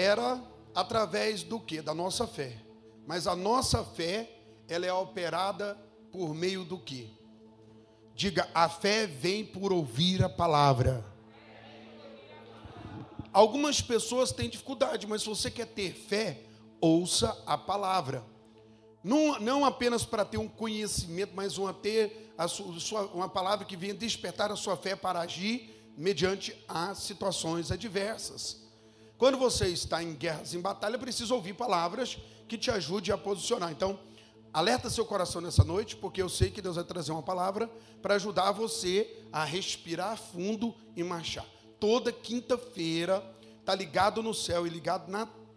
opera através do quê? Da nossa fé. Mas a nossa fé, ela é operada por meio do quê? Diga, a fé vem por ouvir a palavra. Algumas pessoas têm dificuldade, mas se você quer ter fé, ouça a palavra. Não apenas para ter um conhecimento, mas ter uma palavra que venha despertar a sua fé para agir mediante as situações adversas. Quando você está em guerras, em batalha, precisa ouvir palavras que te ajudem a posicionar. Então, alerta seu coração nessa noite, porque eu sei que Deus vai trazer uma palavra para ajudar você a respirar fundo e marchar. Toda quinta-feira está ligado no céu e ligado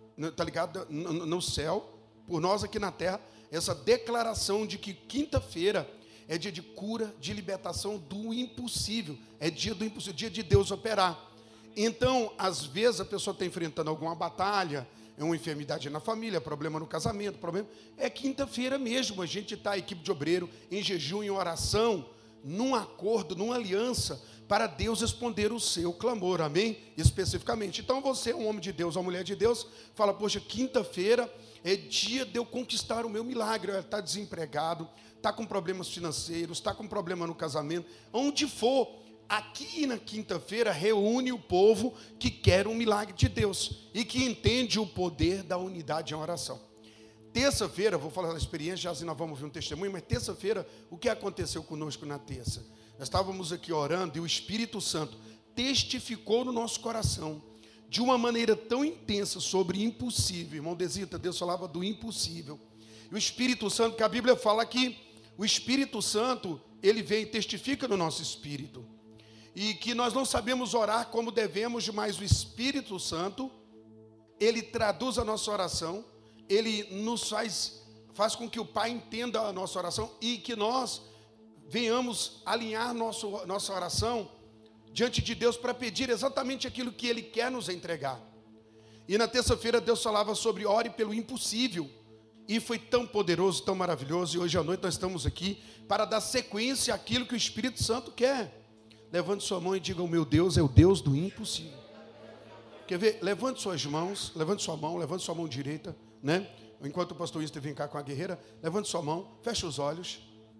no céu, por nós aqui na terra, essa declaração de que quinta-feira é dia de cura, de libertação do impossível. É dia do impossível, dia de Deus operar. Então, às vezes a pessoa está enfrentando alguma batalha, é uma enfermidade na família, problema no casamento, problema. É quinta-feira mesmo, a gente está, a equipe de obreiro, em jejum, em oração, num acordo, numa aliança, para Deus responder o seu clamor, amém? Especificamente. Então você, um homem de Deus, uma mulher de Deus, fala, poxa, quinta-feira é dia de eu conquistar o meu milagre. Está desempregado, está com problemas financeiros, está com problema no casamento, onde for, aqui na quinta-feira reúne o povo que quer um milagre de Deus e que entende o poder da unidade em oração. Terça-feira, vou falar da experiência, já assim nós vamos ver um testemunho, mas terça-feira, o que aconteceu conosco na terça? Nós estávamos aqui orando e o Espírito Santo testificou no nosso coração de uma maneira tão intensa sobre impossível. Irmão Desita, Deus falava do impossível. E o Espírito Santo, que a Bíblia fala que o Espírito Santo, ele vem e testifica no nosso espírito. E que nós não sabemos orar como devemos, mas o Espírito Santo, ele traduz a nossa oração, ele nos faz com que o Pai entenda a nossa oração e que nós venhamos alinhar nossa oração diante de Deus para pedir exatamente aquilo que Ele quer nos entregar. E na terça-feira Deus falava sobre ore pelo impossível. E foi tão poderoso, tão maravilhoso. E hoje à noite nós estamos aqui para dar sequência àquilo que o Espírito Santo quer. Levante sua mão e diga, o meu Deus é o Deus do impossível. Quer ver? Levante suas mãos, levante sua mão direita, né? Enquanto o pastor Winston vem cá com a guerreira, levante sua mão, feche os olhos.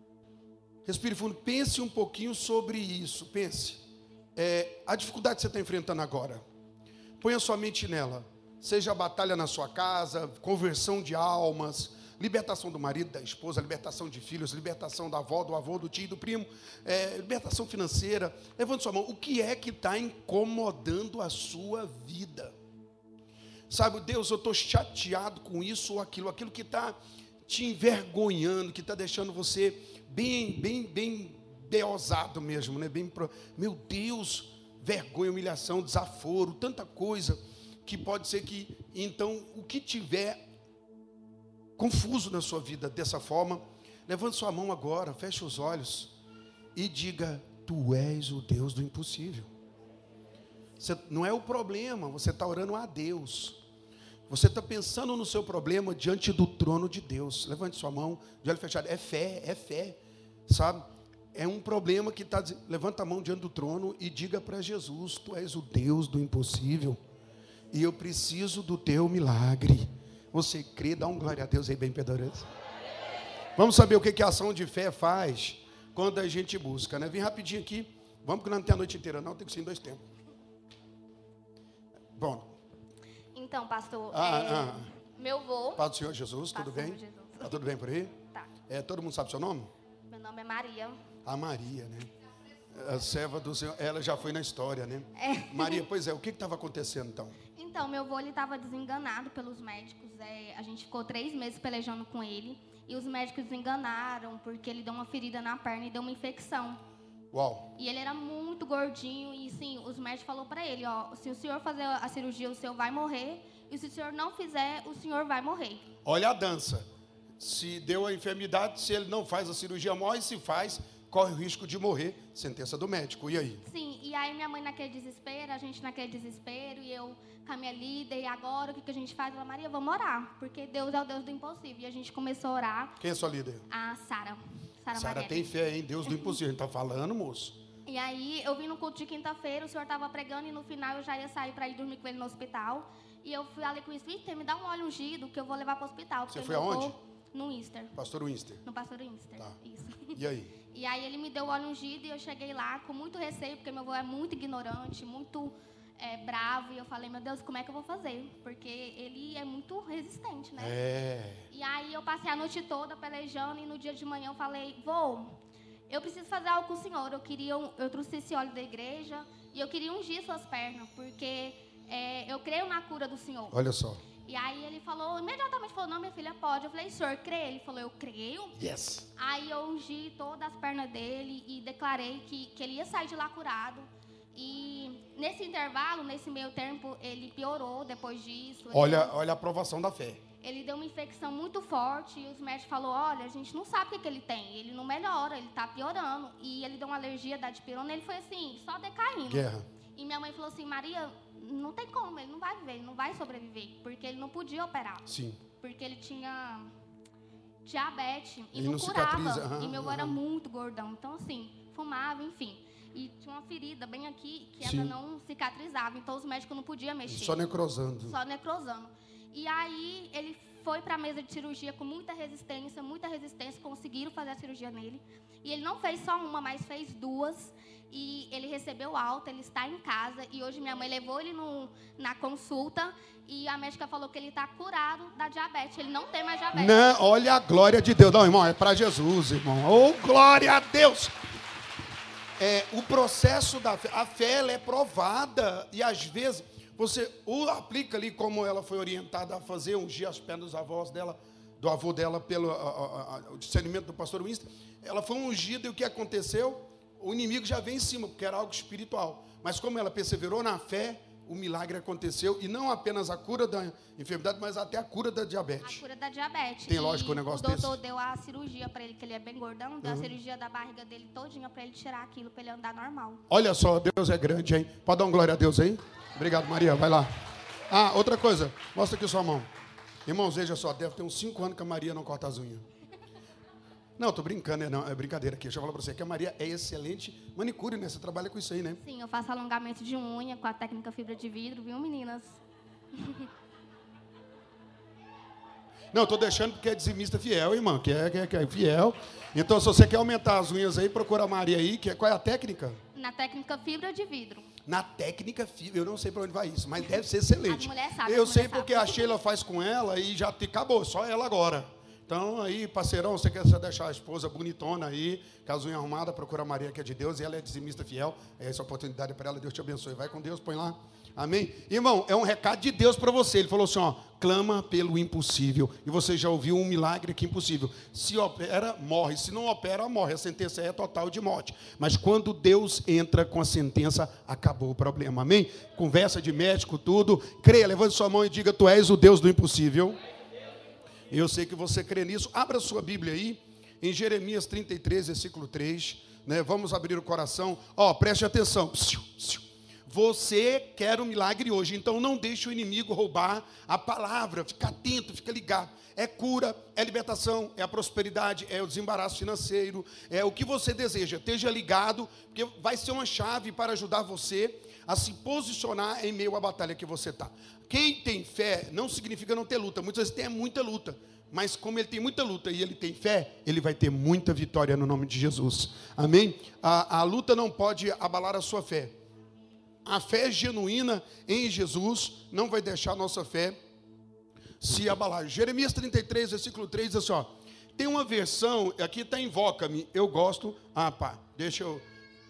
Respire fundo, pense um pouquinho sobre isso, pense. A dificuldade que você está enfrentando agora, ponha sua mente nela, seja a batalha na sua casa, conversão de almas, libertação do marido, da esposa, libertação de filhos, libertação da avó, do avô, do tio, do primo, libertação financeira. Levante sua mão, o que é que está incomodando a sua vida? Sabe, Deus, eu estou chateado com isso ou aquilo que está te envergonhando, que está deixando você bem deosado mesmo, né? Meu Deus, vergonha, humilhação, desaforo, tanta coisa que pode ser que, então, o que tiver confuso na sua vida dessa forma, levante sua mão agora, feche os olhos e diga, tu és o Deus do impossível. Você, não é o problema, você está orando a Deus. Você está pensando no seu problema diante do trono de Deus. Levante sua mão, de olho fechado. É fé, sabe? É um problema que está... Levanta a mão diante do trono e diga para Jesus, tu és o Deus do impossível. E eu preciso do teu milagre. Você crê, dá um glória a Deus aí bem poderoso. Vamos saber o que a ação de fé faz quando a gente busca, né? Vem rapidinho aqui. Vamos que não tem a noite inteira, não. Tem que ser em 2 tempos. Bom. Então, pastor, meu avô... Paz do Senhor Jesus, tudo bem? Está tudo bem por aí? Tá. Todo mundo sabe seu nome? Meu nome é Maria. A Maria, né? A serva do Senhor, ela já foi na história, né? Maria, pois é, o que estava acontecendo então? Então, meu avô estava desenganado pelos médicos. A gente ficou 3 meses pelejando com ele. E os médicos desenganaram porque ele deu uma ferida na perna e deu uma infecção. Uau! E ele era muito gordinho e, sim, os médicos falaram para ele, ó, se o senhor fazer a cirurgia, o senhor vai morrer. E se o senhor não fizer, o senhor vai morrer. Olha a dança. Se deu a enfermidade, se ele não faz a cirurgia, morre. Se faz, corre o risco de morrer. Sentença do médico. E aí? Sim, e aí minha mãe naquele desespero, a gente naquele desespero, e eu com a minha líder, e agora o que a gente faz? Ela, Maria, vamos orar, porque Deus é o Deus do impossível. E a gente começou a orar. Quem é sua líder? A Sara. Sara tem fé em Deus do impossível. A gente está falando, moço. E aí eu vim no culto de quinta-feira, o senhor estava pregando e no final eu já ia sair para ir dormir com ele no hospital. E eu fui ali com o Espírito, me dá um óleo ungido que eu vou levar para o hospital. Você foi aonde? No Winster. Pastor Winster. No Pastor Winster, Tá. isso. E aí? E aí ele me deu o óleo ungido e eu cheguei lá com muito receio, porque meu avô é muito ignorante, muito bravo. E eu falei, meu Deus, como é que eu vou fazer? Porque ele é muito resistente, né? E aí eu passei a noite toda pelejando e no dia de manhã eu falei, vô, eu preciso fazer algo com o senhor. Eu trouxe esse óleo da igreja e eu queria ungir suas pernas, porque eu creio na cura do senhor. Olha só. E aí ele imediatamente falou, não, minha filha, pode. Eu falei, senhor, crê? Ele falou, eu creio. Yes. Aí eu ungi todas as pernas dele e declarei que ele ia sair de lá curado. E nesse intervalo, nesse meio tempo, ele piorou depois disso. Olha a aprovação da fé. Ele deu uma infecção muito forte e os médicos falaram, olha, a gente não sabe o que ele tem. Ele não melhora, ele está piorando. E ele deu uma alergia da dipirona, ele foi assim, só decaindo. Guerra. E minha mãe falou assim, Maria, não tem como, ele não vai viver, ele não vai sobreviver, porque ele não podia operar. Sim. Porque ele tinha diabetes e não não curava. cicatriza. E meu avô era muito gordão, então assim, fumava, enfim. E tinha uma ferida bem aqui que ela não cicatrizava, então os médicos não podiam mexer. Só necrosando. Só necrosando. E aí ele foi para a mesa de cirurgia com muita resistência, conseguiram fazer a cirurgia nele. E ele não fez só uma, mas fez 2. E ele recebeu alta, ele está em casa. E hoje minha mãe levou ele na consulta e a médica falou que ele está curado da diabetes. Ele não tem mais diabetes. Não, olha a glória de Deus. Não, irmão, é para Jesus, irmão. Oh, glória a Deus. O processo da fé, a fé ela é provada. E às vezes você aplica ali como ela foi orientada a fazer, ungir as pernas dos avós dela, do avô dela, pelo o discernimento do pastor Winston. Ela foi ungida e o que aconteceu? O inimigo já veio em cima, porque era algo espiritual. Mas como ela perseverou na fé, o milagre aconteceu. E não apenas a cura da enfermidade, mas até a cura da diabetes. A cura da diabetes. Tem lógico um negócio desse? O doutor deu a cirurgia para ele, que ele é bem gordão, deu a cirurgia da barriga dele todinha para ele tirar aquilo, para ele andar normal. Olha só, Deus é grande, hein? Pode dar uma glória a Deus aí? Obrigado, Maria, vai lá. Outra coisa, mostra aqui sua mão. Irmãos, veja só, deve ter uns 5 anos que a Maria não corta as unhas. Não, tô brincando, não, é brincadeira aqui. Deixa eu falar para você que a Maria é excelente manicure, né? Você trabalha com isso aí, né? Sim, eu faço alongamento de unha com a técnica fibra de vidro, viu, meninas? Não, tô deixando porque é dizimista fiel, irmão, que é fiel. Então, se você quer aumentar as unhas aí, procura a Maria aí. Qual é a técnica? Na técnica fibra de vidro. Na técnica fibra, eu não sei para onde vai isso, mas deve ser excelente. As mulheres sabem. Eu sei porque a Sheila faz com ela e já acabou, só ela agora. Então, aí, parceirão, você quer deixar a esposa bonitona aí, com as unhas arrumadas, procura a Maria, que é de Deus, e ela é dizimista fiel. Essa oportunidade é para ela, Deus te abençoe. Vai com Deus, põe lá. Amém? Irmão, é um recado de Deus para você. Ele falou assim, clama pelo impossível. E você já ouviu um milagre que é impossível. Se opera, morre. Se não opera, morre. A sentença é total de morte. Mas quando Deus entra com a sentença, acabou o problema. Amém? Conversa de médico, tudo. Creia, levante sua mão e diga, tu és o Deus do impossível. Eu sei que você crê nisso. Abra sua Bíblia aí, em Jeremias 33, versículo 3. Né? Vamos abrir o coração. Preste atenção. Você quer um milagre hoje, então não deixe o inimigo roubar a palavra. Fica atento, fica ligado. É cura, é libertação, é a prosperidade, é o desembaraço financeiro, é o que você deseja. Esteja ligado, porque vai ser uma chave para ajudar você a se posicionar em meio à batalha que você está. Quem tem fé não significa não ter luta. Muitas vezes tem muita luta. Mas como ele tem muita luta e ele tem fé, ele vai ter muita vitória no nome de Jesus. Amém? A luta não pode abalar a sua fé. A fé genuína em Jesus não vai deixar a nossa fé se abalar. Jeremias 33, versículo 3, diz assim, tem uma versão, aqui está Invoca-me, eu gosto, deixa eu...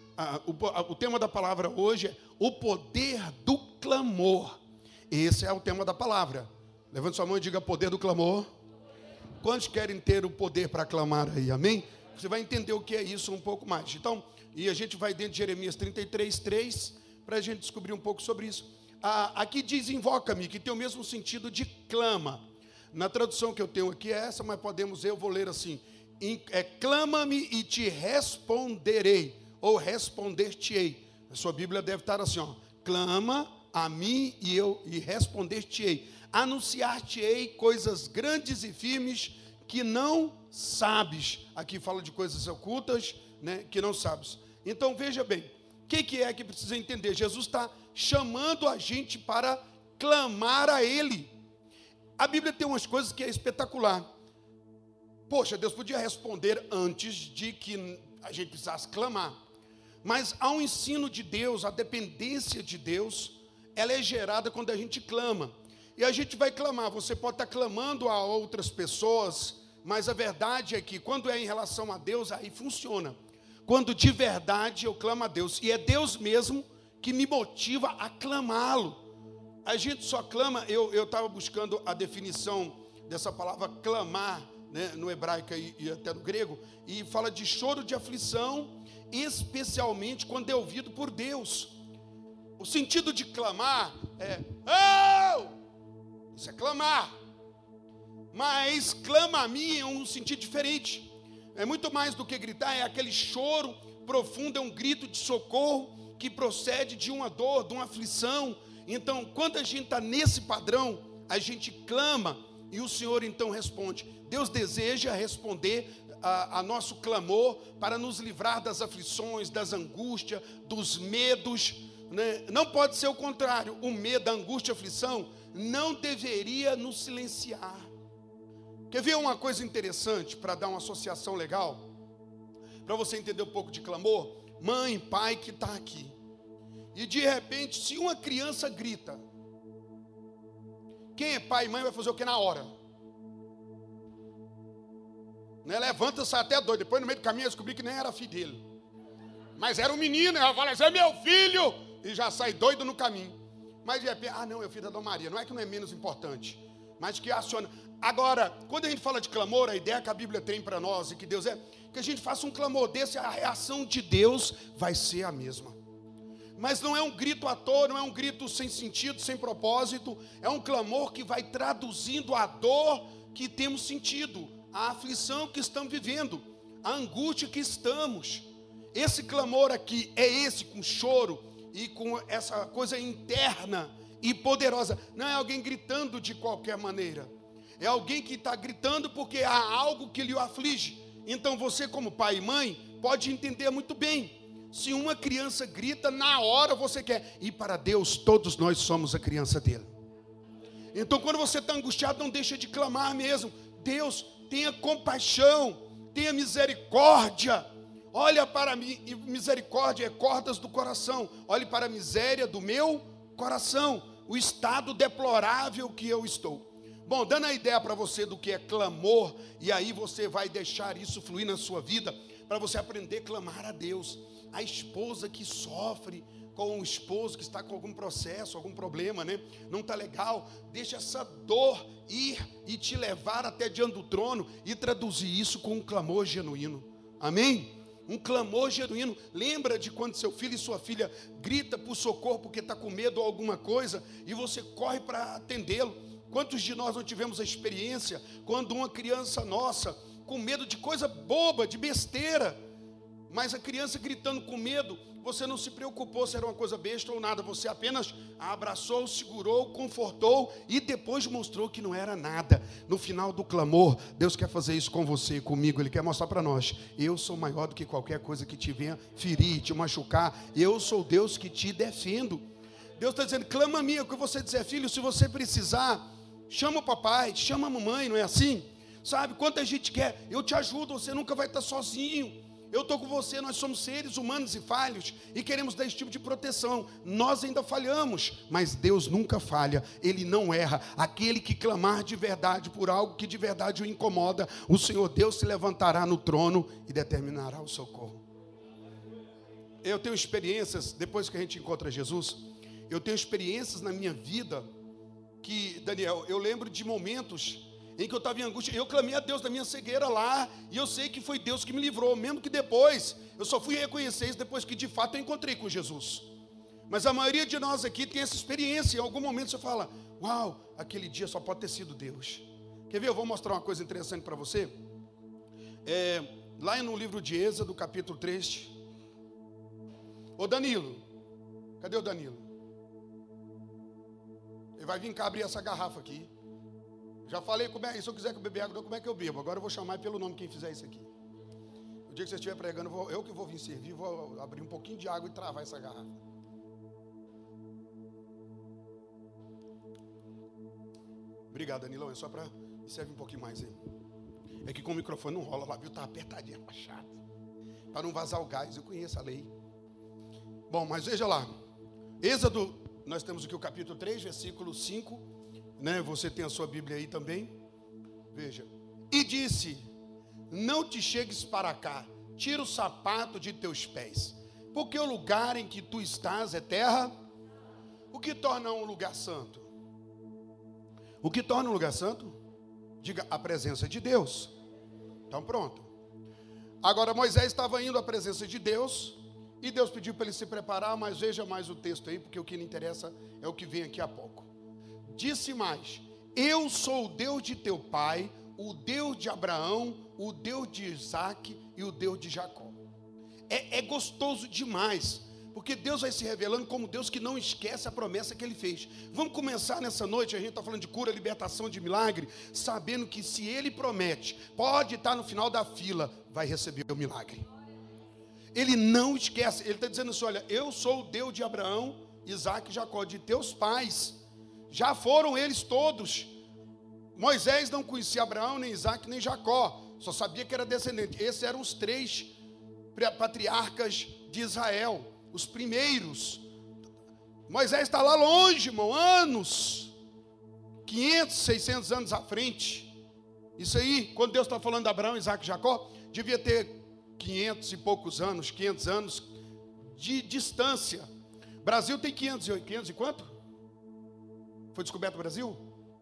o tema da palavra hoje é o poder do clamor. Esse é o tema da palavra. Levante sua mão e diga poder do clamor. Quantos querem ter o poder para clamar aí, amém? Você vai entender o que é isso um pouco mais. Então, e a gente vai dentro de Jeremias 33, 3, para a gente descobrir um pouco sobre isso. Aqui diz invoca-me, que tem o mesmo sentido de clama. Na tradução que eu tenho aqui é essa, mas eu vou ler assim. Clama-me e te responderei, ou responder-te-ei. A sua Bíblia deve estar assim, clama a mim e responder-te-ei. Anunciar-te-ei coisas grandes e firmes que não sabes. Aqui fala de coisas ocultas, né, que não sabes. Então, veja bem, o que é que precisa entender? Jesus está chamando a gente para clamar a Ele. A Bíblia tem umas coisas que é espetacular. Poxa, Deus podia responder antes de que a gente precisasse clamar. Mas há um ensino de Deus, a dependência de Deus, ela é gerada quando a gente clama. E a gente vai clamar, você pode estar clamando a outras pessoas, mas a verdade é que quando é em relação a Deus, aí funciona. Quando de verdade eu clamo a Deus, e é Deus mesmo que me motiva a clamá-lo. A gente só clama, eu estava buscando a definição dessa palavra clamar, né, no hebraico e até no grego, e fala de choro de aflição, especialmente quando é ouvido por Deus. O sentido de clamar é, oh! Isso é clamar. Mas clama a mim é um sentido diferente. É muito mais do que gritar, é aquele choro profundo, é um grito de socorro que procede de uma dor, de uma aflição. Então, quando a gente está nesse padrão, a gente clama e o Senhor então responde. Deus deseja responder a nosso clamor para nos livrar das aflições, das angústias, dos medos, né? Não pode ser o contrário. O medo, a angústia, a aflição não deveria nos silenciar. Quer ver uma coisa interessante para dar uma associação legal? Para você entender um pouco de clamor? Mãe, pai que está aqui. E de repente, se uma criança grita, quem é pai e mãe vai fazer o que na hora? Né? Levanta, sai até doido. Depois no meio do caminho eu descobri que nem era filho dele. Mas era um menino, ela fala, esse é meu filho. E já sai doido no caminho. Mas de repente, não, é o filho da Dona Maria. Não é que não é menos importante, mas que aciona. Agora, quando a gente fala de clamor, a ideia que a Bíblia tem para nós e que Deus que a gente faça um clamor desse, a reação de Deus vai ser a mesma. Mas não é um grito à toa, não é um grito sem sentido, sem propósito. É um clamor que vai traduzindo a dor que temos sentido, a aflição que estamos vivendo, a angústia que estamos. Esse clamor aqui é esse com choro e com essa coisa interna e poderosa. Não é alguém gritando de qualquer maneira. É alguém que está gritando porque há algo que lhe aflige. Então você, como pai e mãe, pode entender muito bem. Se uma criança grita, na hora você quer. E para Deus, todos nós somos a criança dele. Então quando você está angustiado, não deixa de clamar mesmo. Deus, tenha compaixão, tenha misericórdia. Olha para mim, e misericórdia é cordas do coração. Olhe para a miséria do meu coração, o estado deplorável que eu estou. Bom, dando a ideia para você do que é clamor, e aí você vai deixar isso fluir na sua vida, para você aprender a clamar a Deus. A esposa que sofre com o esposo que está com algum processo, algum problema, né? Não está legal, deixa essa dor ir e te levar até diante do trono e traduzir isso com um clamor genuíno. Amém? Um clamor genuíno. Lembra de quando seu filho e sua filha grita por socorro porque está com medo ou alguma coisa e você corre para atendê-lo. Quantos de nós não tivemos a experiência quando uma criança nossa com medo de coisa boba, de besteira, mas a criança gritando com medo, você não se preocupou se era uma coisa besta ou nada, você apenas a abraçou, segurou, confortou e depois mostrou que não era nada. No final do clamor, Deus quer fazer isso com você e comigo. Ele quer mostrar para nós: eu sou maior do que qualquer coisa que te venha ferir, te machucar. Eu sou Deus que te defendo. Deus está dizendo: clama a mim. O que você dizer, filho, se você precisar, chama o papai, chama a mamãe, não é assim? Sabe, quanta gente quer, eu te ajudo, você nunca vai estar sozinho. Eu estou com você, nós somos seres humanos e falhos e queremos dar esse tipo de proteção. Nós ainda falhamos, mas Deus nunca falha, Ele não erra. Aquele que clamar de verdade por algo que de verdade o incomoda, o Senhor Deus se levantará no trono e determinará o socorro. Eu tenho experiências, depois que a gente encontra Jesus, eu tenho experiências na minha vida que, Daniel, eu lembro de momentos em que eu estava em angústia, eu clamei a Deus da minha cegueira lá, e eu sei que foi Deus que me livrou, mesmo que depois, eu só fui reconhecer isso depois que de fato eu encontrei com Jesus. Mas a maioria de nós aqui tem essa experiência, em algum momento você fala: uau, aquele dia só pode ter sido Deus. Quer ver, eu vou mostrar uma coisa interessante para você. Lá no livro de Êxodo, capítulo 3. Ô Danilo, cadê o Danilo? Ele vai vir cá abrir essa garrafa aqui. Já falei, se eu quiser beber água, como é que eu bebo? Agora eu vou chamar pelo nome quem fizer isso aqui. O dia que você estiver pregando, eu que vou vir servir, vou abrir um pouquinho de água e travar essa garrafa. Obrigado, Danilão. É só para... Serve um pouquinho mais aí. É que com o microfone não rola lá, viu? Tá apertadinho, tá chato. Para não vazar o gás, eu conheço a lei. Bom, mas veja lá. Êxodo, nós temos aqui o capítulo 3, versículo 5. Né? Você tem a sua Bíblia aí também. Veja. E disse: não te chegues para cá, tira o sapato de teus pés, porque o lugar em que tu estás é terra. O que torna um lugar santo? O que torna um lugar santo? Diga, a presença de Deus. Então pronto. Agora Moisés estava indo à presença de Deus, e Deus pediu para ele se preparar, mas veja mais o texto aí, porque o que lhe interessa é o que vem aqui a pouco. Disse mais: eu sou o Deus de teu pai, o Deus de Abraão, o Deus de Isaac e o Deus de Jacó. É gostoso demais, porque Deus vai se revelando como Deus que não esquece a promessa que Ele fez. Vamos começar nessa noite, a gente está falando de cura, libertação, de milagre, sabendo que se Ele promete, pode estar no final da fila, vai receber o milagre. Ele não esquece, Ele está dizendo assim: olha, eu sou o Deus de Abraão, Isaac e Jacó, de teus pais, já foram eles todos. Moisés não conhecia Abraão, nem Isaac, nem Jacó, só sabia que era descendente. Esses eram os 3 patriarcas de Israel, os primeiros. Moisés está lá longe, irmão, anos, 500, 600 anos à frente. Isso aí, quando Deus está falando de Abraão, Isaac e Jacó, devia ter 500 e poucos anos, 500 anos de distância. Brasil tem 500 e quanto? Foi descoberto o Brasil?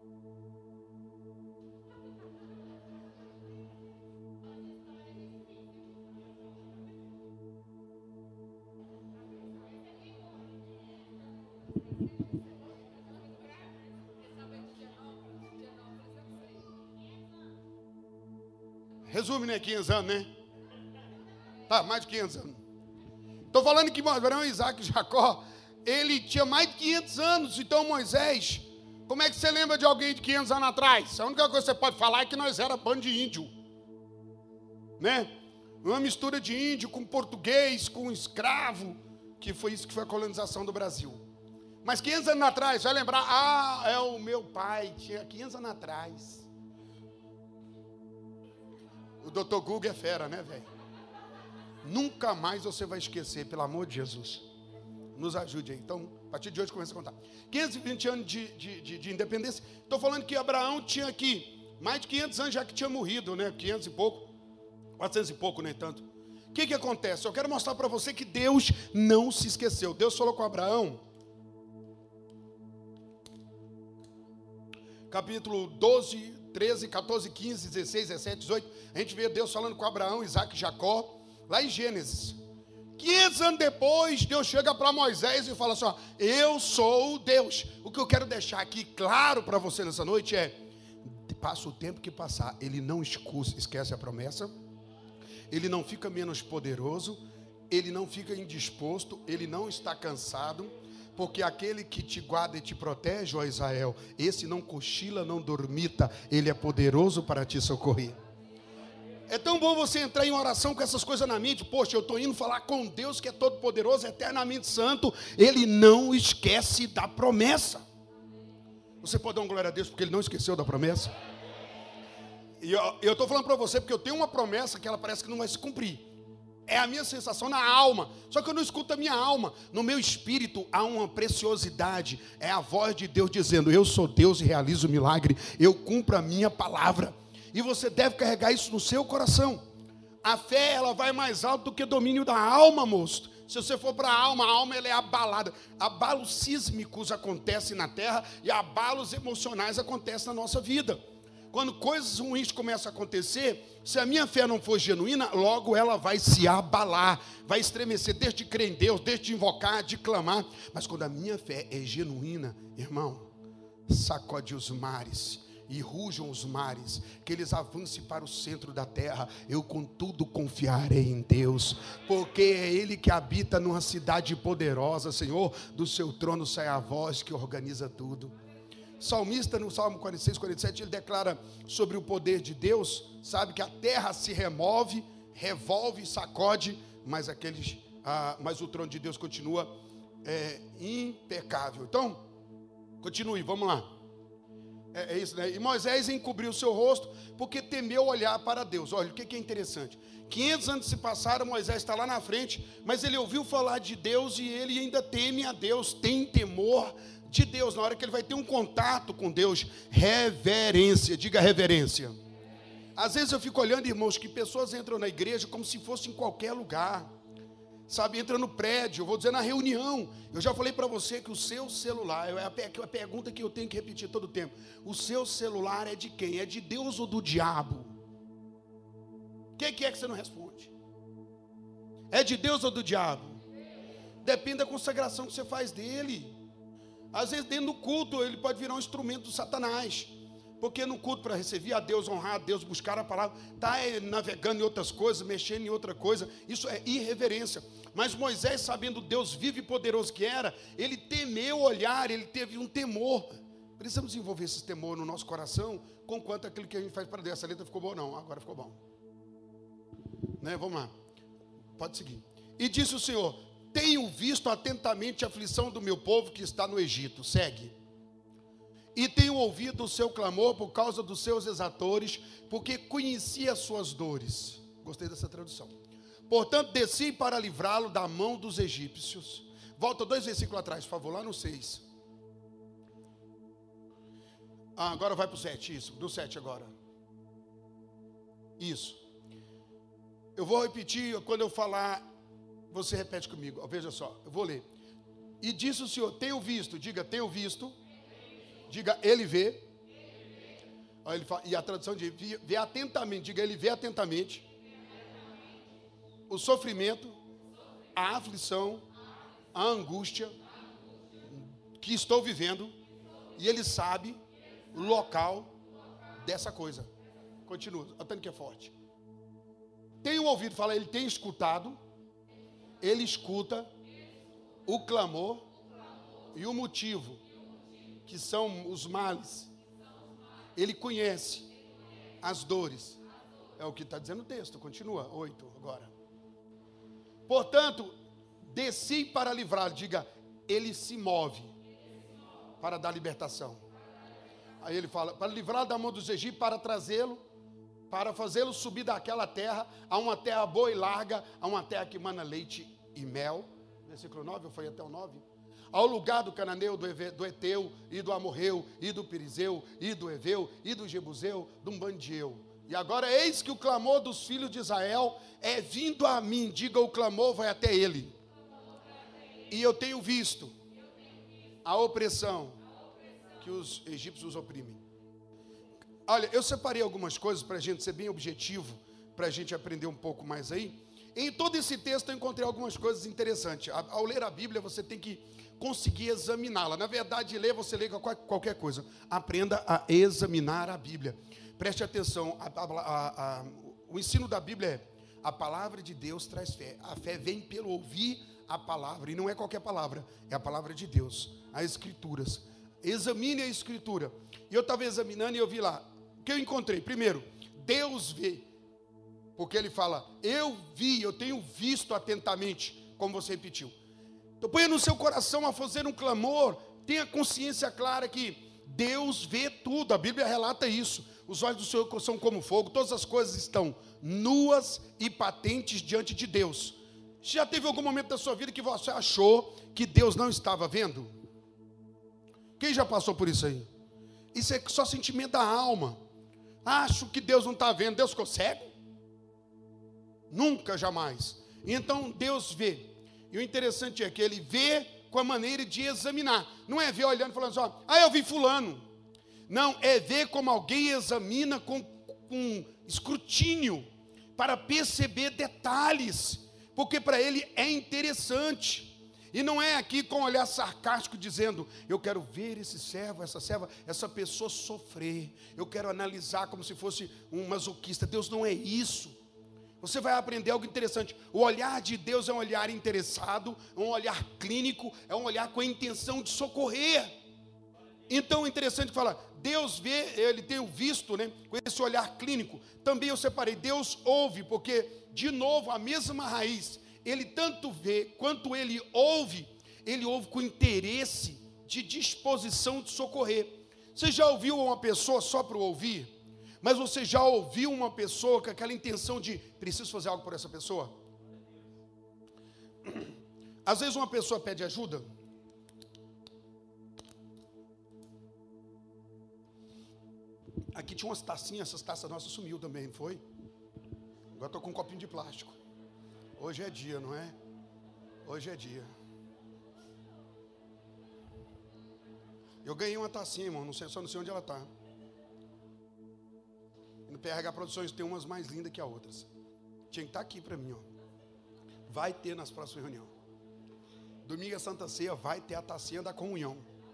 Resume, né? 500 anos, né? Tá, mais de 500 anos. Estou falando que Abraão, Isaac e Jacó, ele tinha mais de 500 anos. Então Moisés, como é que você lembra de alguém de 500 anos atrás? A única coisa que você pode falar é que nós era bando de índio, né? Uma mistura de índio com português, com escravo, que foi isso que foi a colonização do Brasil. Mas 500 anos atrás, vai lembrar, é o meu pai, tinha 500 anos atrás. O doutor Google é fera, né, velho? Nunca mais você vai esquecer, pelo amor de Jesus. Nos ajude aí. Então, a partir de hoje, começa a contar. 520 anos de independência. Estou falando que Abraão tinha aqui mais de 500 anos já que tinha morrido, né? 500 e pouco, 400 e pouco, nem tanto. O que acontece? Eu quero mostrar para você que Deus não se esqueceu. Deus falou com Abraão, capítulo 12, 13, 14, 15, 16, 17, 18. A gente vê Deus falando com Abraão, Isaac e Jacó, lá em Gênesis. 500 anos depois, Deus chega para Moisés e fala assim: ó, eu sou Deus. O que eu quero deixar aqui claro para você nessa noite é: passa o tempo que passar, Ele não esquece a promessa, Ele não fica menos poderoso, Ele não fica indisposto, Ele não está cansado, porque aquele que te guarda e te protege, ó Israel, esse não cochila, não dormita, Ele é poderoso para te socorrer. É tão bom você entrar em oração com essas coisas na mente. Poxa, eu estou indo falar com Deus que é todo poderoso, eternamente santo. Ele não esquece da promessa. Você pode dar uma glória a Deus porque Ele não esqueceu da promessa? E eu estou falando para você porque eu tenho uma promessa que ela parece que não vai se cumprir. É a minha sensação na alma. Só que eu não escuto a minha alma. No meu espírito há uma preciosidade. É a voz de Deus dizendo: eu sou Deus e realizo o milagre. Eu cumpro a minha palavra. E você deve carregar isso no seu coração. A fé, ela vai mais alto do que o domínio da alma, moço. Se você for para a alma ela é abalada. Abalos sísmicos acontecem na terra e abalos emocionais acontecem na nossa vida. Quando coisas ruins começam a acontecer, se a minha fé não for genuína, logo ela vai se abalar, vai estremecer, desde crer em Deus, desde invocar, de clamar. Mas quando a minha fé é genuína, irmão, sacode os mares e rujam os mares, que eles avancem para o centro da terra. Eu contudo confiarei em Deus, porque é Ele que habita numa cidade poderosa. Senhor, do seu trono sai a voz que organiza tudo. O salmista no Salmo 46, 47, ele declara sobre o poder de Deus, sabe que a terra se remove, revolve, sacode, mas o trono de Deus continua impecável. Então, continue, vamos lá. É isso, né? E Moisés encobriu o seu rosto porque temeu olhar para Deus. Olha, o que é interessante. 500 anos se passaram, Moisés está lá na frente, mas ele ouviu falar de Deus e ele ainda teme a Deus, tem temor de Deus. Na hora que ele vai ter um contato com Deus, reverência, diga reverência. Às vezes eu fico olhando, irmãos, que pessoas entram na igreja como se fosse em qualquer lugar. Sabe, entra no prédio, eu vou dizer na reunião. Eu já falei para você que o seu celular, é a pergunta que eu tenho que repetir todo o tempo. O seu celular é de quem? É de Deus ou do diabo? O que é que você não responde? É de Deus ou do diabo? Depende da consagração que você faz dele. Às vezes dentro do culto ele pode virar um instrumento do Satanás. Porque no culto, para receber a Deus, honrar a Deus, buscar a palavra, está navegando em outras coisas, mexendo em outra coisa. Isso é irreverência. Mas Moisés, sabendo Deus vivo e poderoso que era, ele temeu olhar, ele teve um temor. Precisamos desenvolver esse temor no nosso coração, com quanto aquilo que a gente faz para Deus. Essa letra ficou boa? Não, agora ficou bom. Né? Vamos lá, pode seguir. E disse o Senhor: tenho visto atentamente a aflição do meu povo que está no Egito. Segue. E tenho ouvido o seu clamor por causa dos seus exatores, porque conheci as suas dores. Gostei dessa tradução. Portanto, desci para livrá-lo da mão dos egípcios. Volta 2 versículos atrás, por favor, lá no 6. Agora vai para o 7, isso, do 7 agora. Isso. Eu vou repetir, quando eu falar, você repete comigo. Veja só, eu vou ler. E disse o Senhor: tenho visto, diga, tenho visto. Diga, ele vê. Ele fala, e a tradução diz, vê atentamente. Diga, ele vê atentamente o sofrimento, a aflição, a angústia que estou vivendo. E ele sabe o local dessa coisa. Continua, atento que é forte. Tem ouvido, fala, ele tem escutado. Ele escuta o clamor e o motivo, que são os males. Ele conhece as dores. É o que está dizendo o texto. Continua, 8 agora. Portanto, desci para livrá-lo. Diga, ele se move para dar libertação. Aí ele fala, para livrá-lo da mão dos egípcios, para trazê-lo, para fazê-lo subir daquela terra, a uma terra boa e larga, a uma terra que mana leite e mel. Versículo 9, eu fui até o 9. Ao lugar do cananeu, do Eteu, e do Amorreu, e do Perizeu, e do Eveu, e do Jebuseu, do Bandieu. E agora eis que o clamor dos filhos de Israel é vindo a mim. Diga, o clamor vai até ele. E eu tenho visto a opressão que os egípcios oprimem. Olha, eu separei algumas coisas para a gente ser bem objetivo, para a gente aprender um pouco mais aí. Em todo esse texto eu encontrei algumas coisas interessantes. Ao ler a Bíblia você tem que conseguir examiná-la. Na verdade, ler, você lê qualquer coisa. Aprenda a examinar a Bíblia. Preste atenção, o ensino da Bíblia é: a palavra de Deus traz fé. A fé vem pelo ouvir a palavra, e não é qualquer palavra, é a palavra de Deus, as Escrituras. Examine a Escritura. E eu estava examinando e eu vi lá, o que eu encontrei? Primeiro, Deus vê, porque ele fala, eu vi, eu tenho visto atentamente, como você repetiu. Então ponha no seu coração a fazer um clamor, tenha consciência clara que Deus vê tudo, a Bíblia relata isso. Os olhos do Senhor são como fogo, todas as coisas estão nuas e patentes diante de Deus. Já teve algum momento da sua vida que você achou que Deus não estava vendo? Quem já passou por isso aí? Isso é só sentimento da alma. Acho que Deus não está vendo. Deus ficou cego? Nunca, jamais. Então Deus vê. E o interessante é que ele vê com a maneira de examinar. Não é ver olhando e falando assim, eu vi fulano. Não, é ver como alguém examina com escrutínio, para perceber detalhes, porque para ele é interessante. E não é aqui com um olhar sarcástico dizendo, eu quero ver esse servo, essa serva, essa pessoa sofrer. Eu quero analisar como se fosse um masoquista. Deus não é isso. Você vai aprender algo interessante. O olhar de Deus é um olhar interessado, é um olhar clínico, é um olhar com a intenção de socorrer. Então é interessante falar, Deus vê, ele tem o visto, né, com esse olhar clínico. Também eu separei, Deus ouve, porque, de novo, a mesma raiz. Ele tanto vê, quanto ele ouve com interesse de disposição de socorrer. Você já ouviu uma pessoa só para ouvir? Mas você já ouviu uma pessoa com aquela intenção de preciso fazer algo por essa pessoa? Às vezes uma pessoa pede ajuda. Aqui tinha umas tacinhas, essas taças nossas sumiu também, não foi? Agora estou com um copinho de plástico. Hoje é dia, não é? Hoje é dia. Eu ganhei uma tacinha, irmão, só não sei onde ela está. No PRH Produções tem umas mais lindas que as outras. Tinha que estar aqui para mim, ó. Vai ter nas próximas reuniões. Domingo é Santa Ceia, vai ter a tacinha da comunhão.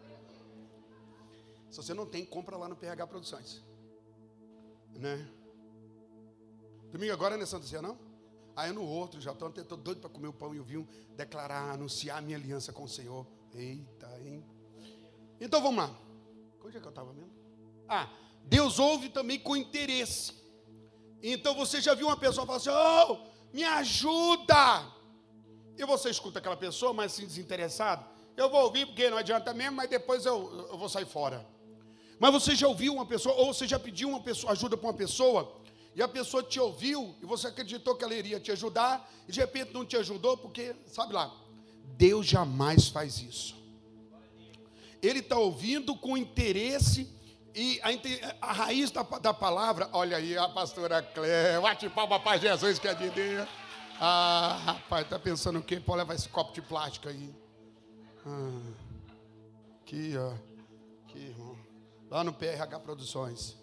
Se você não tem, compra lá no PRH Produções. Né? Domingo agora não é Santa Ceia, não? Aí no outro, já estou doido para comer o pão e o vinho, declarar, anunciar a minha aliança com o Senhor. Eita, hein? Então vamos lá. Onde é que eu estava mesmo? Deus ouve também com interesse. Então você já viu uma pessoa falar assim, oh, me ajuda. E você escuta aquela pessoa, mas assim desinteressado. Eu vou ouvir porque não adianta mesmo, mas depois eu vou sair fora. Mas você já ouviu uma pessoa, ou você já pediu uma pessoa, ajuda para uma pessoa, e a pessoa te ouviu, e você acreditou que ela iria te ajudar, e de repente não te ajudou, porque, sabe lá, Deus jamais faz isso. Ele está ouvindo com interesse, e a raiz da palavra, olha aí a pastora Cléia, bate palma para Jesus que é de Deus. Rapaz, está pensando o quê? Pode levar esse copo de plástico aí. Aqui, ó. Aqui, irmão. Lá no PRH Produções.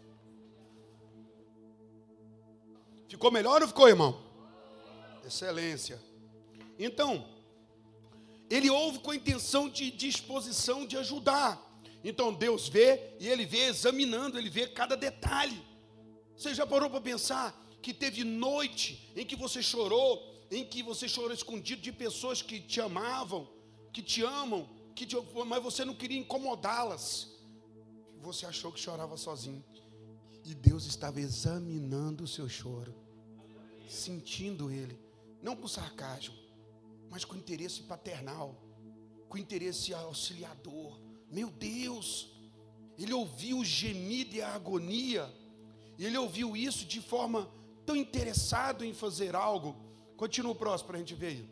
Ficou melhor ou não ficou, irmão? Excelência. Então, ele ouve com a intenção de disposição de ajudar. Então Deus vê, e ele vê examinando, ele vê cada detalhe. Você já parou para pensar que teve noite em que você chorou escondido de pessoas que te amavam, que te amam, mas você não queria incomodá-las. Você achou que chorava sozinho. E Deus estava examinando o seu choro, sentindo ele, não com sarcasmo, mas com interesse paternal, com interesse auxiliador. Meu Deus, ele ouviu o gemido e a agonia, e ele ouviu isso de forma tão interessado em fazer algo. Continua o próximo para a gente ver.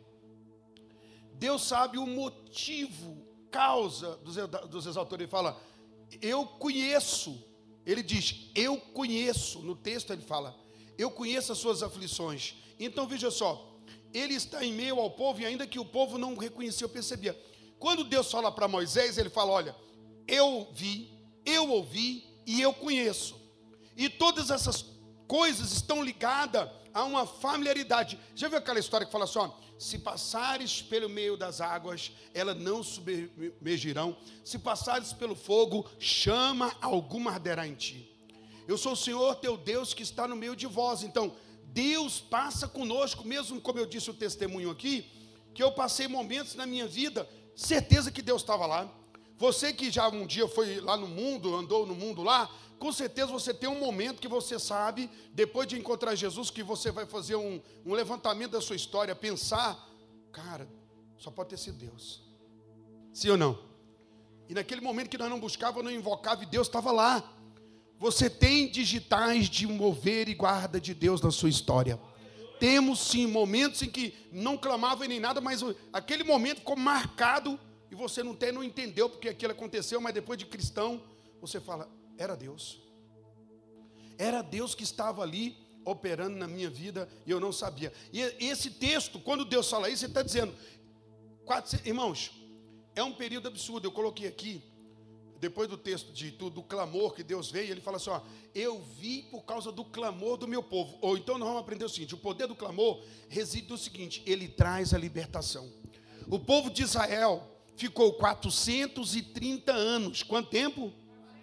Deus sabe o motivo, causa dos exaltores. Ele fala, eu conheço. Ele diz, eu conheço. No texto ele fala, eu conheço as suas aflições. Então veja só, ele está em meio ao povo, e ainda que o povo não o reconheceu, percebia. Quando Deus fala para Moisés, ele fala, olha, eu vi, eu ouvi e eu conheço. E todas essas coisas estão ligadas a uma familiaridade. Já viu aquela história que fala assim, ó, se passares pelo meio das águas, elas não submergirão. Se passares pelo fogo, chama, alguma arderá em ti. Eu sou o Senhor teu Deus que está no meio de vós. Então, Deus passa conosco, mesmo como eu disse o testemunho aqui, que eu passei momentos na minha vida, certeza que Deus estava lá. Você que já um dia foi lá no mundo, andou no mundo lá, com certeza você tem um momento que você sabe, depois de encontrar Jesus, que você vai fazer um levantamento da sua história, pensar, cara, só pode ter sido Deus. Sim ou não? E naquele momento que nós não buscávamos, não invocávamos, e Deus estava lá. Você tem digitais de mover e guarda de Deus na sua história. Temos sim momentos em que não clamava nem nada, mas aquele momento ficou marcado, e você não entendeu porque aquilo aconteceu, mas depois de cristão, você fala, era Deus. Era Deus que estava ali operando na minha vida e eu não sabia. E esse texto, quando Deus fala isso, ele está dizendo, irmãos, é um período absurdo. Eu coloquei aqui, depois do texto do clamor que Deus veio, ele fala assim, ó, eu vi por causa do clamor do meu povo. Ou então nós vamos aprender o seguinte, o poder do clamor reside no seguinte, ele traz a libertação. O povo de Israel ficou 430 anos. Quanto tempo?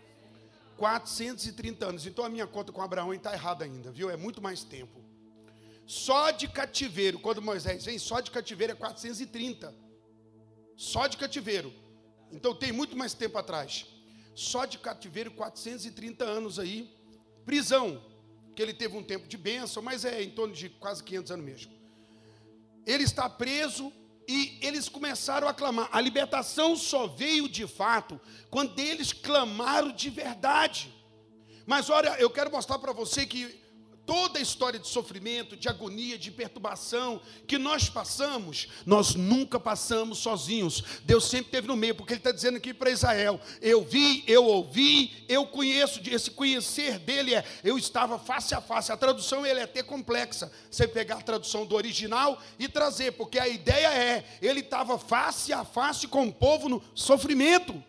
430 anos. Então a minha conta com Abraão está errada ainda, viu? É muito mais tempo. Só de cativeiro, quando Moisés vem, só de cativeiro é 430. Só de cativeiro. Então tem muito mais tempo atrás. Só de cativeiro, 430 anos aí. Prisão, que ele teve um tempo de bênção, mas é em torno de quase 500 anos mesmo. Ele está preso E eles começaram a clamar. A libertação só veio de fato quando eles clamaram de verdade. Mas olha, eu quero mostrar para você que toda a história de sofrimento, de agonia, de perturbação que nós passamos, nós nunca passamos sozinhos. Deus sempre esteve no meio, porque Ele está dizendo aqui para Israel: eu vi, eu ouvi, eu conheço. Esse conhecer dele eu estava face a face. A tradução é até complexa. Você pegar a tradução do original e trazer, porque a ideia ele estava face a face com o povo no sofrimento.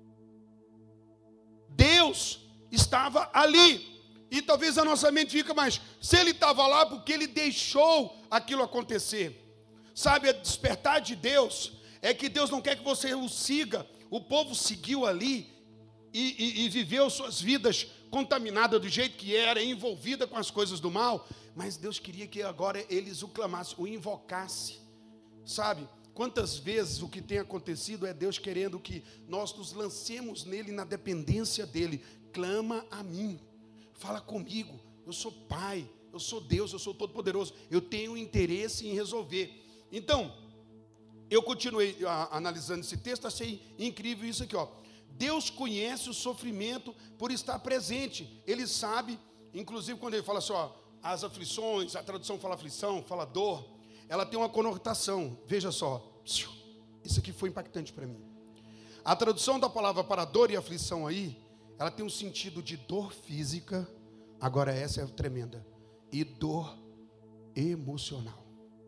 Deus estava ali. E talvez a nossa mente fica, mas se ele estava lá, porque ele deixou aquilo acontecer. Sabe, a despertar de Deus é que Deus não quer que você o siga. O povo seguiu ali e viveu suas vidas contaminadas do jeito que era, envolvida com as coisas do mal. Mas Deus queria que agora eles o clamassem, o invocassem. Sabe, quantas vezes o que tem acontecido é Deus querendo que nós nos lancemos nele, na dependência dele. Clama a mim. Fala comigo, eu sou Pai, eu sou Deus, eu sou Todo-Poderoso, eu tenho interesse em resolver. Então, eu continuei analisando esse texto, achei incrível isso aqui, ó. Deus conhece o sofrimento por estar presente, Ele sabe, inclusive quando Ele fala assim, ó, as aflições, a tradução fala aflição, fala dor, ela tem uma conotação, veja só, isso aqui foi impactante para mim. A tradução da palavra para dor e aflição aí, ela tem um sentido de dor física, agora essa é tremenda, e dor emocional.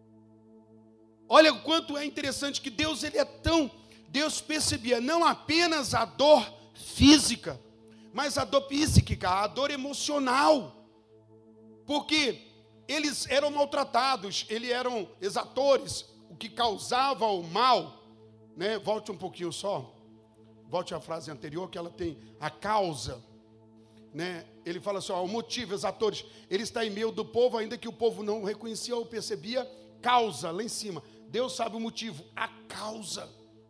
Olha o quanto é interessante que Deus, Deus percebia não apenas a dor física, mas a dor psíquica, a dor emocional. Porque eles eram maltratados, eles eram exatores, o que causava o mal, né? Volte um pouquinho só. Volte à frase anterior, que ela tem a causa, né? Ele fala assim, ó, o motivo, exatores, ele está em meio do povo, ainda que o povo não reconhecia ou percebia, causa, lá em cima. Deus sabe o motivo, a causa.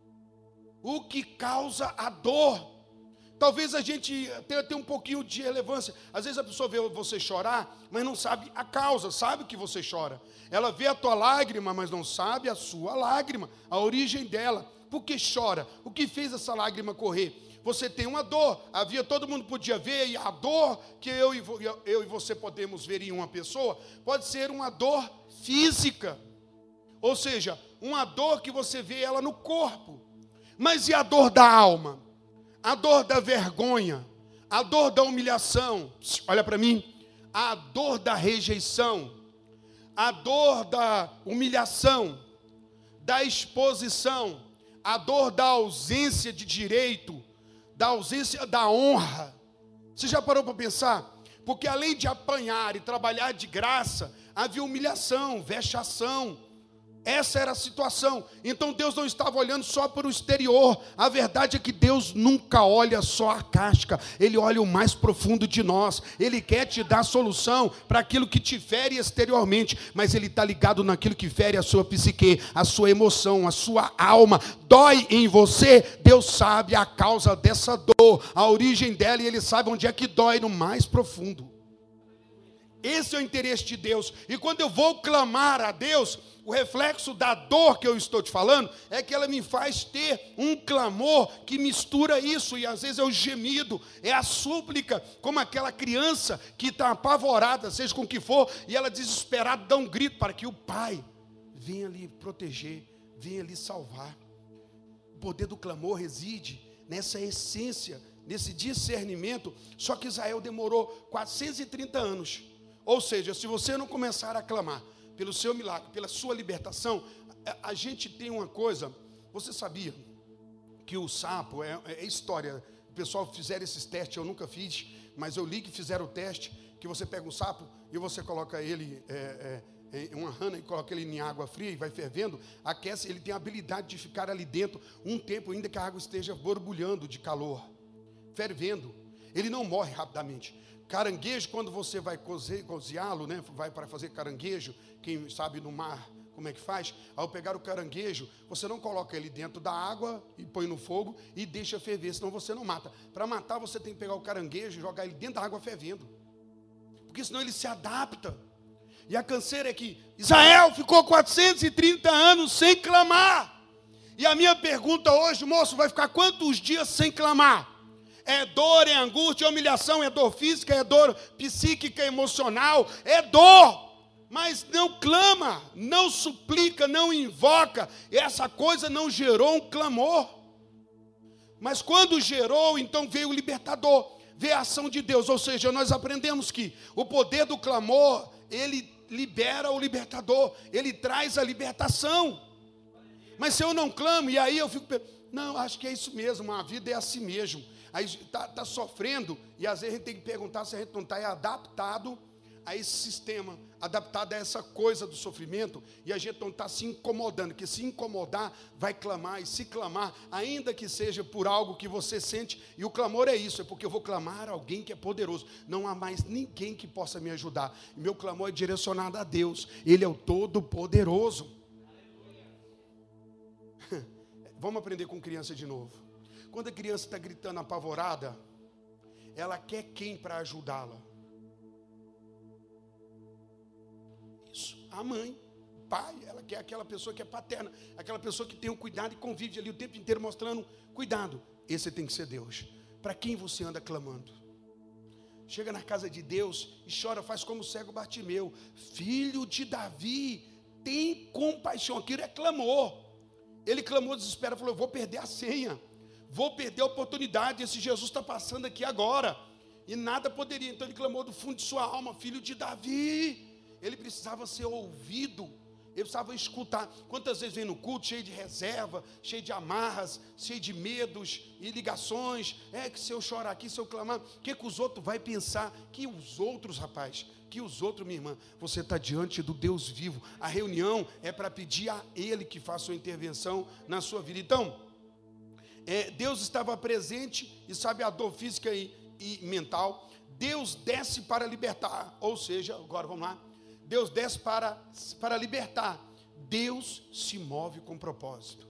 O que causa a dor. Talvez a gente tenha um pouquinho de relevância. Às vezes a pessoa vê você chorar, mas não sabe a causa, sabe que você chora. Ela vê a tua lágrima, mas não sabe a sua lágrima, a origem dela. Por que chora? O que fez essa lágrima correr? Você tem uma dor, todo mundo podia ver, e a dor que eu e você podemos ver em uma pessoa, pode ser uma dor física, ou seja, uma dor que você vê ela no corpo. Mas e a dor da alma? A dor da vergonha, a dor da humilhação, olha para mim, a dor da rejeição, a dor da humilhação, da exposição, a dor da ausência de direito, da ausência da honra. Você já parou para pensar? Porque além de apanhar e trabalhar de graça, havia humilhação, vexação. Essa era a situação. Então Deus não estava olhando só para o exterior. A verdade é que Deus nunca olha só a casca. Ele olha o mais profundo de nós. Ele quer te dar solução para aquilo que te fere exteriormente, mas Ele está ligado naquilo que fere a sua psique, a sua emoção, a sua alma. Dói em você, Deus sabe a causa dessa dor, a origem dela, e Ele sabe onde é que dói no mais profundo. Esse é o interesse de Deus. E quando eu vou clamar a Deus, o reflexo da dor que eu estou te falando é que ela me faz ter um clamor que mistura isso, e às vezes é o gemido, é a súplica, como aquela criança que está apavorada, seja com o que for, e ela desesperada dá um grito para que o pai venha ali proteger, venha ali salvar. O poder do clamor reside nessa essência, nesse discernimento. Só que Israel demorou 430 anos. Ou seja, se você não começar a clamar pelo seu milagre, pela sua libertação, a gente tem uma coisa. Você sabia que o sapo é história? O pessoal fizeram esses testes, eu nunca fiz, mas eu li que fizeram o teste, que você pega um sapo e você coloca ele em uma rana e coloca ele em água fria e vai fervendo, aquece, ele tem a habilidade de ficar ali dentro um tempo, ainda que a água esteja borbulhando de calor, fervendo. Ele não morre rapidamente. Caranguejo, quando você vai cozinhá-lo, né? Vai para fazer caranguejo, quem sabe no mar como é que faz? Ao pegar o caranguejo, você não coloca ele dentro da água e põe no fogo e deixa ferver, senão você não mata. Para matar, você tem que pegar o caranguejo e jogar ele dentro da água fervendo, porque senão ele se adapta. E a canseira é que Israel ficou 430 anos sem clamar. E a minha pergunta hoje, moço, vai ficar quantos dias sem clamar? É dor, é angústia, é humilhação, é dor física, é dor psíquica, emocional, é dor. Mas não clama, não suplica, não invoca. Essa coisa não gerou um clamor. Mas quando gerou, então veio o libertador, veio a ação de Deus. Ou seja, nós aprendemos que o poder do clamor, ele libera o libertador, ele traz a libertação. Mas se eu não clamo, e aí eu fico pensando, não, acho que é isso mesmo, a vida é assim mesmo. Aí está sofrendo, e às vezes a gente tem que perguntar se a gente não está adaptado a esse sistema, adaptado a essa coisa do sofrimento, e a gente não está se incomodando, que se incomodar, vai clamar, e se clamar, ainda que seja por algo que você sente, e o clamor é isso, é porque eu vou clamar a alguém que é poderoso, não há mais ninguém que possa me ajudar, e meu clamor é direcionado a Deus, Ele é o Todo-Poderoso. Vamos aprender com criança de novo. Quando a criança está gritando apavorada, ela quer quem para ajudá-la? Isso, a mãe, o pai, ela quer aquela pessoa que é paterna, aquela pessoa que tem o cuidado e convive ali o tempo inteiro mostrando cuidado. Esse tem que ser Deus. Para quem você anda clamando? Chega na casa de Deus e chora, faz como o cego Bartimeu. Filho de Davi, tem compaixão. Aquilo é clamor. Ele clamou desesperado, falou, eu vou perder a senha, vou perder a oportunidade, esse Jesus está passando aqui agora, e nada poderia, então ele clamou do fundo de sua alma, filho de Davi, ele precisava ser ouvido, ele precisava escutar. Quantas vezes vem no culto cheio de reserva, cheio de amarras, cheio de medos e ligações, que se eu chorar aqui, se eu clamar, o que os outros vão pensar? Que os outros, rapaz, que os outros, minha irmã, você está diante do Deus vivo, a reunião é para pedir a Ele que faça uma intervenção na sua vida. Então, Deus estava presente e sabe a dor física e mental, Deus desce para libertar, ou seja, agora vamos lá, Deus desce para libertar, Deus se move com propósito.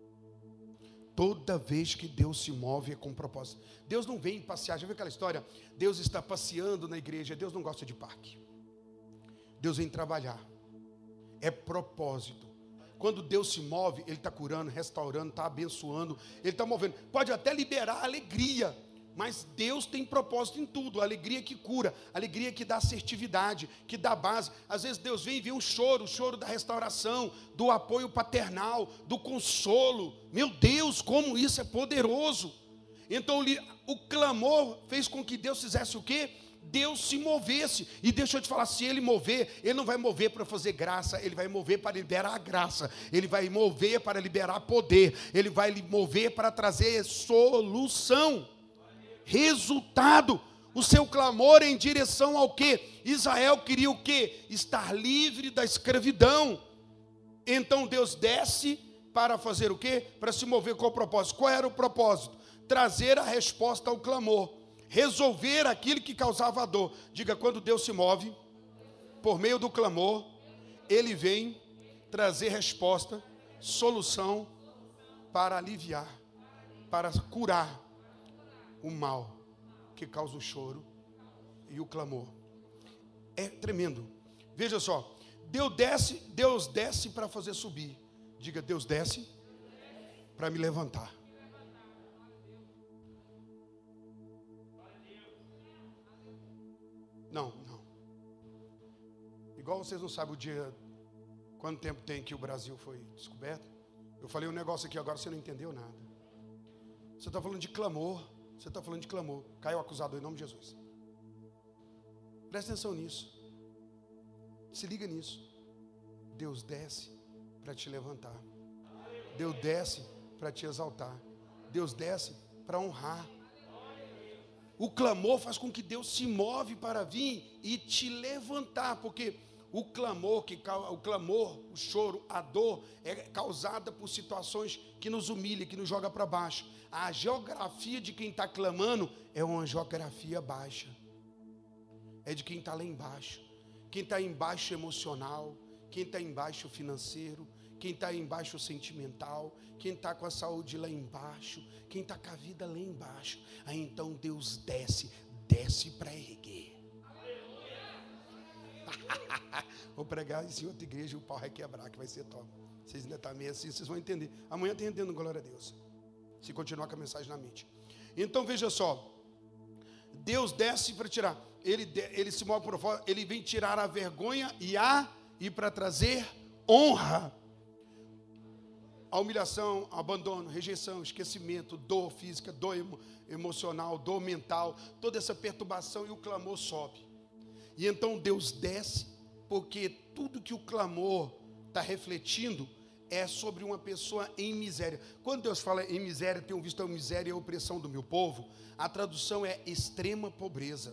Toda vez que Deus se move é com propósito. Deus não vem passear, já viu aquela história? Deus está passeando na igreja, Deus não gosta de parque. Deus vem trabalhar, é propósito. Quando Deus se move, Ele está curando, restaurando, está abençoando, Ele está movendo. Pode até liberar alegria, mas Deus tem propósito em tudo. A alegria que cura, a alegria que dá assertividade, que dá base. Às vezes Deus vem e vê o choro da restauração, do apoio paternal, do consolo. Meu Deus, como isso é poderoso. Então o clamor fez com que Deus fizesse o quê? Deus se movesse. E deixa eu te falar, se Ele mover, Ele não vai mover para fazer graça, Ele vai mover para liberar a graça, Ele vai mover para liberar poder, Ele vai mover para trazer solução, resultado. O seu clamor é em direção ao quê? Israel queria o quê? Estar livre da escravidão. Então Deus desce para fazer o quê? Para se mover com o propósito. Qual era o propósito? Trazer a resposta ao clamor, resolver aquilo que causava dor. Diga, quando Deus se move, por meio do clamor, Ele vem trazer resposta, solução, para aliviar, para curar o mal que causa o choro e o clamor. É tremendo. Veja só, Deus desce para fazer subir. Diga, Deus desce para me levantar. Não. Igual vocês não sabem o dia, quanto tempo tem que o Brasil foi descoberto. Eu falei um negócio aqui agora, você não entendeu nada. Você está falando de clamor. Você está falando de clamor. Caiu o acusador em nome de Jesus. Presta atenção nisso. Se liga nisso. Deus desce para te levantar. Deus desce para te exaltar. Deus desce para honrar. O clamor faz com que Deus se move para vir e te levantar, porque o clamor, o choro, a dor é causada por situações que nos humilham, que nos joga para baixo. A geografia de quem está clamando é uma geografia baixa. É de quem está lá embaixo. Quem está embaixo emocional, quem está embaixo financeiro, quem está embaixo sentimental, quem está com a saúde lá embaixo, quem está com a vida lá embaixo. Aí então Deus desce para erguer. Vou pregar em outra igreja e o pau vai quebrar, que vai ser top. Vocês ainda estão meio assim, vocês vão entender. Amanhã está entendendo, glória a Deus. Se continuar com a mensagem na mente. Então veja só. Deus desce para tirar. Ele se move por fora. Ele vem tirar a vergonha e para trazer honra. A humilhação, abandono, rejeição, esquecimento, dor física, dor emocional, dor mental, toda essa perturbação, e o clamor sobe. E então Deus desce, porque tudo que o clamor está refletindo é sobre uma pessoa em miséria. Quando Deus fala em miséria, tenho visto a miséria e a opressão do meu povo, a tradução é extrema pobreza.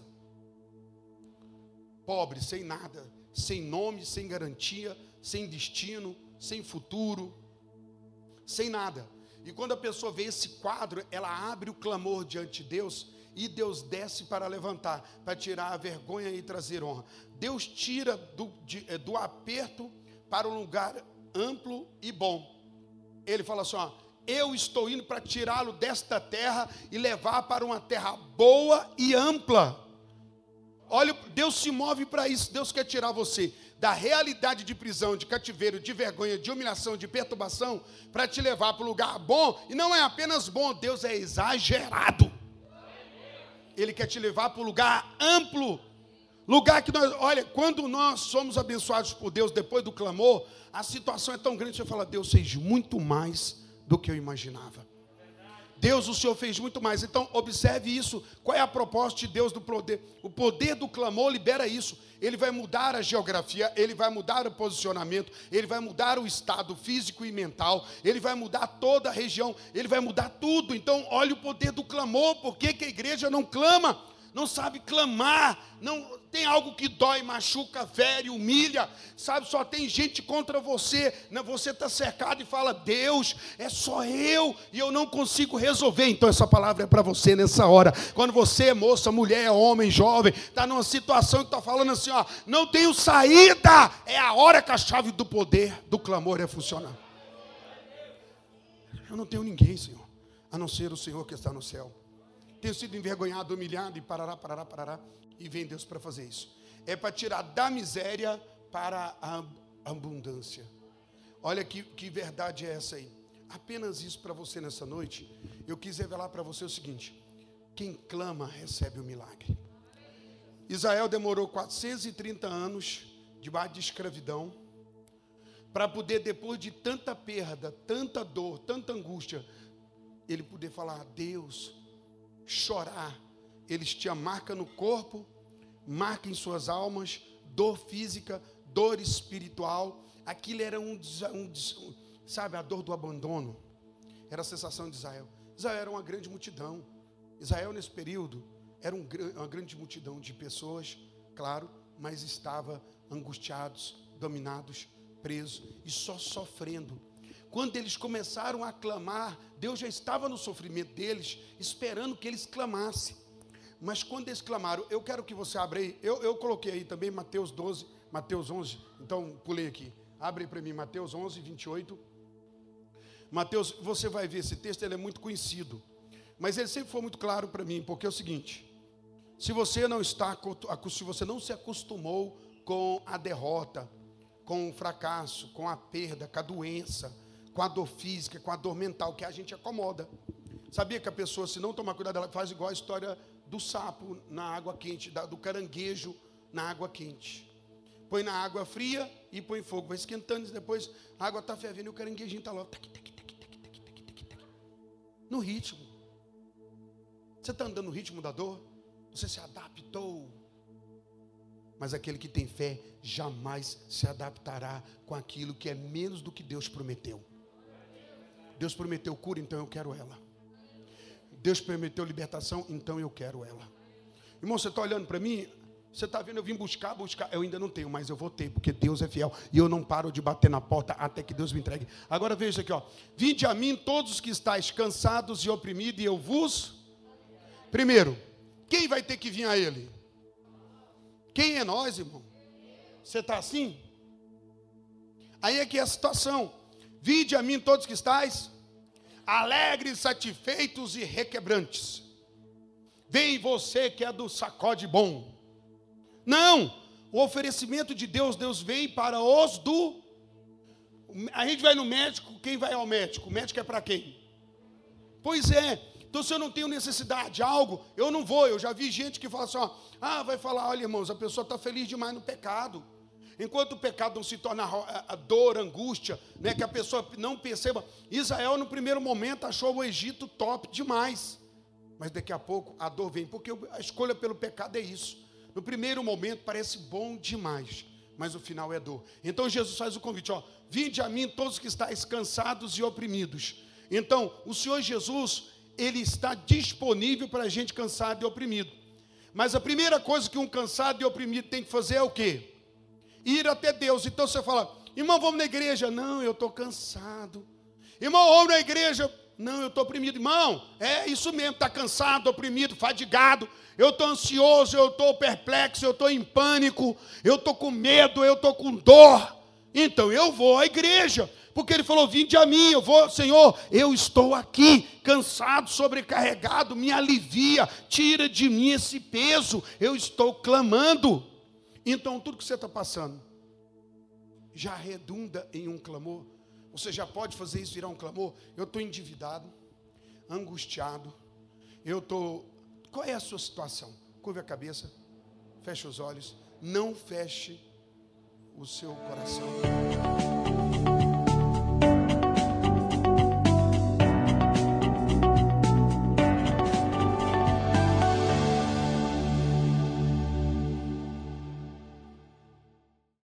Pobre, sem nada, sem nome, sem garantia, sem destino, sem futuro, sem nada. E quando a pessoa vê esse quadro, ela abre o clamor diante de Deus, e Deus desce para levantar, para tirar a vergonha e trazer honra. Deus tira do aperto para um lugar amplo e bom. Ele fala assim, ó, eu estou indo para tirá-lo desta terra e levar para uma terra boa e ampla. Olha, Deus se move para isso. Deus quer tirar você da realidade de prisão, de cativeiro, de vergonha, de humilhação, de perturbação, para te levar para um lugar bom. E não é apenas bom, Deus é exagerado. Ele quer te levar para um lugar amplo. Lugar que nós, olha, quando nós somos abençoados por Deus depois do clamor, a situação é tão grande, você fala, Deus fez muito mais do que eu imaginava. Deus, o Senhor fez muito mais. Então, observe isso. Qual é a proposta de Deus do poder? O poder do clamor libera isso. Ele vai mudar a geografia, ele vai mudar o posicionamento, ele vai mudar o estado físico e mental, ele vai mudar toda a região, ele vai mudar tudo. Então, olha o poder do clamor. Por que a igreja não clama? Não sabe clamar, não tem algo que dói, machuca, fere, humilha, sabe, só tem gente contra você, você está cercado e fala, Deus, é só eu, e eu não consigo resolver. Então essa palavra é para você nessa hora, quando você é moça, mulher, homem, jovem, está numa situação que está falando assim, ó, não tenho saída, é a hora que a chave do poder, do clamor é funcionar. Eu não tenho ninguém, Senhor, a não ser o Senhor que está no céu. Tenho sido envergonhado, humilhado e parará. E vem Deus para fazer isso. É para tirar da miséria para a abundância. Olha que verdade é essa aí. Apenas isso para você nessa noite. Eu quis revelar para você o seguinte. Quem clama recebe o milagre. Israel demorou 430 anos debaixo de escravidão. Para poder, depois de tanta perda, tanta dor, tanta angústia, ele poder falar, Deus, chorar. Eles tinham marca no corpo, marca em suas almas, dor física, dor espiritual. Aquilo era sabe, a dor do abandono. Era a sensação de Israel. Israel era uma grande multidão. Israel nesse período era uma grande multidão de pessoas, claro, mas estava angustiados, dominados, presos e só sofrendo. Quando eles começaram a clamar, Deus já estava no sofrimento deles, esperando que eles clamassem. Mas quando eles clamaram, eu quero que você abra aí, eu coloquei aí também Mateus 12, Mateus 11, então pulei aqui, abre aí para mim, Mateus 11, 28. Mateus, você vai ver, esse texto ele é muito conhecido, mas ele sempre foi muito claro para mim, porque é o seguinte, se você não se acostumou com a derrota, com o fracasso, com a perda, com a doença, com a dor física, com a dor mental, que a gente acomoda. Sabia que a pessoa, se não tomar cuidado, ela faz igual a história do sapo na água quente, do caranguejo na água quente. Põe na água fria e põe fogo, vai esquentando, e depois a água está fervendo e o caranguejinho está lá, no ritmo. Você está andando no ritmo da dor? Você se adaptou. Mas aquele que tem fé jamais se adaptará com aquilo que é menos do que Deus prometeu. Deus prometeu cura, então eu quero ela. Deus prometeu libertação, então eu quero ela. Irmão, você está olhando para mim? Você está vendo, eu vim buscar. Eu ainda não tenho, mas eu vou ter, porque Deus é fiel. E eu não paro de bater na porta até que Deus me entregue. Agora veja aqui, ó. Vinde a mim todos que estáis cansados e oprimidos, e eu vos... Primeiro, quem vai ter que vir a Ele? Quem é nós, irmão? Você está assim? Aí é que é a situação. Vinde a mim todos que estáis alegres, satisfeitos e requebrantes. Vem você que é do sacode bom. Não, o oferecimento de Deus, Deus vem para os do... A gente vai no médico, quem vai ao médico? O médico é para quem? Pois é. Então, se eu não tenho necessidade de algo, eu não vou. Eu já vi gente que fala assim, ó, vai falar, olha, irmãos, a pessoa está feliz demais no pecado. Enquanto o pecado não se torna a dor, a angústia, né, que a pessoa não perceba. Israel, no primeiro momento, achou o Egito top demais. Mas daqui a pouco a dor vem, porque a escolha pelo pecado é isso. No primeiro momento parece bom demais, mas o final é dor. Então Jesus faz o convite, ó, vinde a mim todos que estáis cansados e oprimidos. Então, o Senhor Jesus, Ele está disponível para a gente cansado e oprimido. Mas a primeira coisa que um cansado e oprimido tem que fazer é o quê? Ir até Deus. Então você fala, irmão, vamos na igreja? Não, eu estou cansado. Irmão, vamos na igreja? Não, eu estou oprimido. Irmão, é isso mesmo, está cansado, oprimido, fadigado. Eu estou ansioso, eu estou perplexo, eu estou em pânico, eu estou com medo, eu estou com dor. Então eu vou à igreja, porque Ele falou, vinde a mim, eu vou, Senhor, eu estou aqui, cansado, sobrecarregado, me alivia, tira de mim esse peso, eu estou clamando. Então tudo que você está passando, já redunda em um clamor. Você já pode fazer isso virar um clamor? Eu estou endividado, angustiado, Qual é a sua situação? Curve a cabeça, feche os olhos, não feche o seu coração.